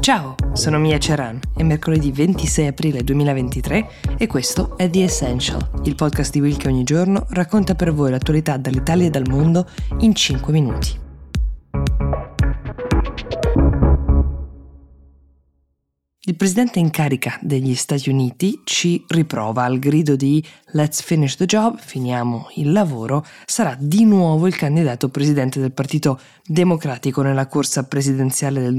Ciao, sono Mia Ceran, è mercoledì 26 aprile 2023 e questo è The Essential, il podcast di Will che ogni giorno racconta per voi l'attualità dall'Italia e dal mondo in 5 minuti. Il presidente in carica degli Stati Uniti ci riprova al grido di "Let's finish the job", finiamo il lavoro, sarà di nuovo il candidato presidente del Partito Democratico nella corsa presidenziale del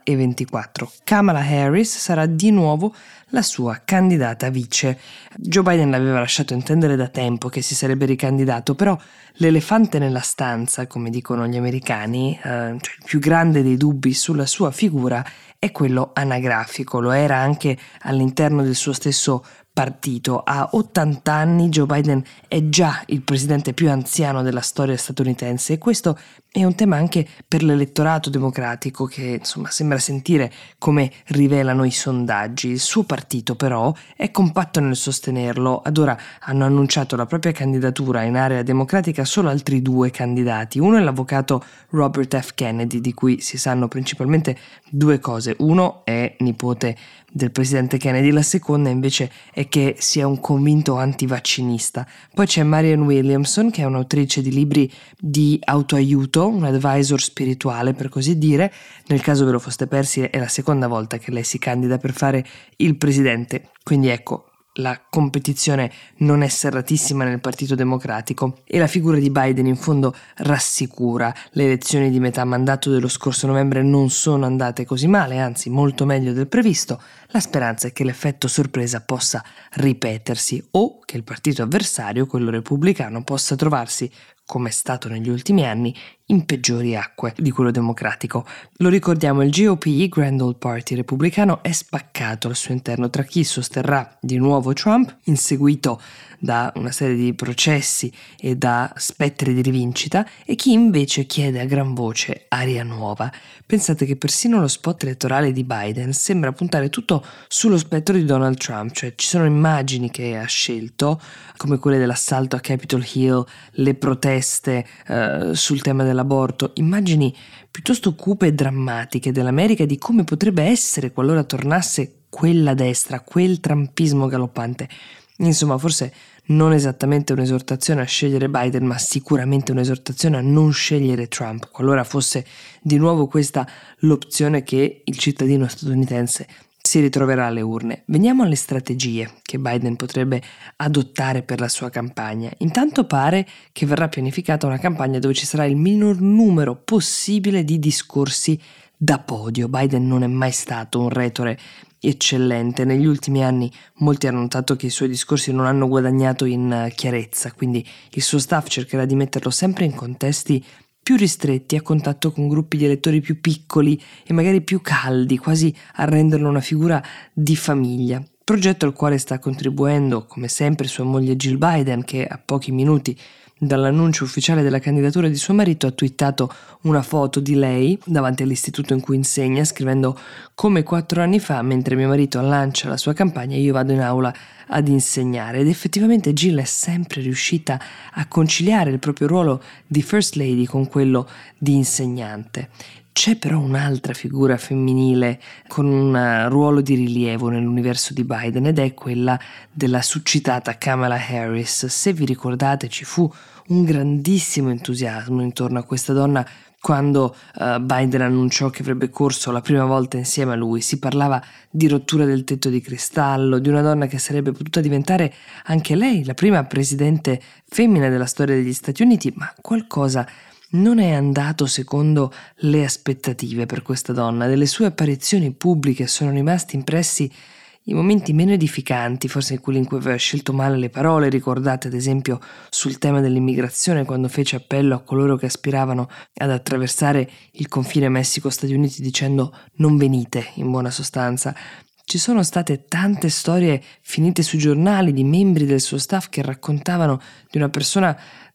2024. Kamala Harris sarà di nuovo la sua candidata vice. Joe Biden l'aveva lasciato intendere da tempo che si sarebbe ricandidato, però l'elefante nella stanza, come dicono gli americani, cioè il più grande dei dubbi sulla sua figura è quello anagrafico. Lo era anche all'interno del suo stesso partito. A 80 anni Joe Biden è già il presidente più anziano della storia statunitense e questo è un tema anche per l'elettorato democratico che sembra sentire come rivelano i sondaggi. Il suo partito però è compatto nel sostenerlo. Ad ora hanno annunciato la propria candidatura in area democratica solo altri due candidati. Uno è l'avvocato Robert F. Kennedy, di cui si sanno principalmente due cose. Uno è nipote del presidente Kennedy, la seconda invece è che sia un convinto antivaccinista. Poi c'è Marianne Williamson, che è un'autrice di libri di autoaiuto, un advisor spirituale per così dire. Nel caso ve lo foste persi, è la seconda volta che lei si candida per fare il presidente, quindi ecco, la competizione non è serratissima nel Partito Democratico e la figura di Biden in fondo rassicura. Le elezioni di metà mandato dello scorso novembre non sono andate così male, anzi molto meglio del previsto. La speranza è che l'effetto sorpresa possa ripetersi o che il partito avversario, quello repubblicano, possa trovarsi, come è stato negli ultimi anni, in peggiori acque di quello democratico. Lo ricordiamo, il GOP, Grand Old Party repubblicano, è spaccato al suo interno tra chi sosterrà di nuovo Trump, inseguito da una serie di processi e da spettri di rivincita, e chi invece chiede a gran voce aria nuova. Pensate che persino lo spot elettorale di Biden sembra puntare tutto sullo spettro di Donald Trump, cioè ci sono immagini che ha scelto, come quelle dell'assalto a Capitol Hill, le proteste sul tema dell'aborto, immagini piuttosto cupe e drammatiche dell'America, di come potrebbe essere qualora tornasse quella destra, quel trumpismo galoppante. Insomma, forse non esattamente un'esortazione a scegliere Biden, ma sicuramente un'esortazione a non scegliere Trump, qualora fosse di nuovo questa l'opzione che il cittadino statunitense si ritroverà alle urne. Veniamo alle strategie che Biden potrebbe adottare per la sua campagna. Intanto pare che verrà pianificata una campagna dove ci sarà il minor numero possibile di discorsi da podio. Biden non è mai stato un retore eccellente. Negli ultimi anni molti hanno notato che i suoi discorsi non hanno guadagnato in chiarezza, quindi il suo staff cercherà di metterlo sempre in contesti più ristretti, a contatto con gruppi di elettori più piccoli e magari più caldi, quasi a renderlo una figura di famiglia. Progetto al quale sta contribuendo, come sempre, sua moglie Jill Biden, che a pochi minuti dall'annuncio ufficiale della candidatura di suo marito ha twittato una foto di lei davanti all'istituto in cui insegna, scrivendo: "Come 4 anni fa, mentre mio marito lancia la sua campagna, io vado in aula ad insegnare". Ed effettivamente Jill è sempre riuscita a conciliare il proprio ruolo di First Lady con quello di insegnante. C'è però un'altra figura femminile con un ruolo di rilievo nell'universo di Biden ed è quella della succitata Kamala Harris. Se vi ricordate, ci fu un grandissimo entusiasmo intorno a questa donna quando Biden annunciò che avrebbe corso la prima volta insieme a lui. Si parlava di rottura del tetto di cristallo, di una donna che sarebbe potuta diventare anche lei la prima presidente femmina della storia degli Stati Uniti, ma qualcosa non è andato secondo le aspettative per questa donna. Delle sue apparizioni pubbliche sono rimasti impressi i momenti meno edificanti, forse quelli in cui aveva scelto male le parole. Ricordate ad esempio sul tema dell'immigrazione, quando fece appello a coloro che aspiravano ad attraversare il confine Messico-Stati Uniti dicendo "non venite", in buona sostanza. Ci sono state tante storie finite sui giornali di membri del suo staff che raccontavano di una persona,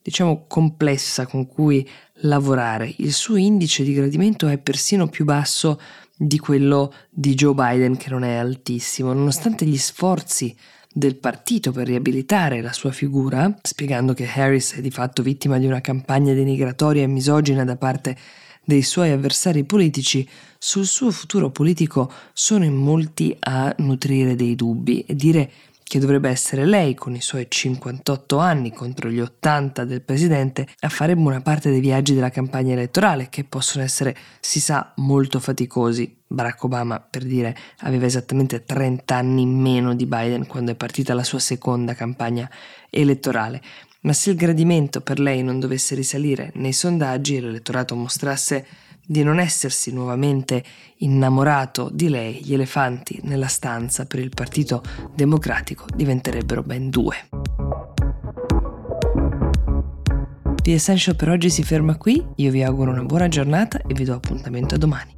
complessa con cui lavorare. Il suo indice di gradimento è persino più basso di quello di Joe Biden, che non è altissimo, nonostante gli sforzi del partito per riabilitare la sua figura, spiegando che Harris è di fatto vittima di una campagna denigratoria e misogina da parte dei suoi avversari politici sul suo futuro politico sono in molti a nutrire dei dubbi e dire che dovrebbe essere lei, con i suoi 58 anni contro gli 80 del presidente, a fare buona parte dei viaggi della campagna elettorale, che possono essere, si sa, molto faticosi. Barack Obama, per dire, aveva esattamente 30 anni in meno di Biden quando è partita la sua seconda campagna elettorale. Ma se il gradimento per lei non dovesse risalire nei sondaggi e l'elettorato mostrasse di non essersi nuovamente innamorato di lei, gli elefanti nella stanza per il Partito Democratico diventerebbero ben 2. The Essential per oggi si ferma qui, io vi auguro una buona giornata e vi do appuntamento a domani.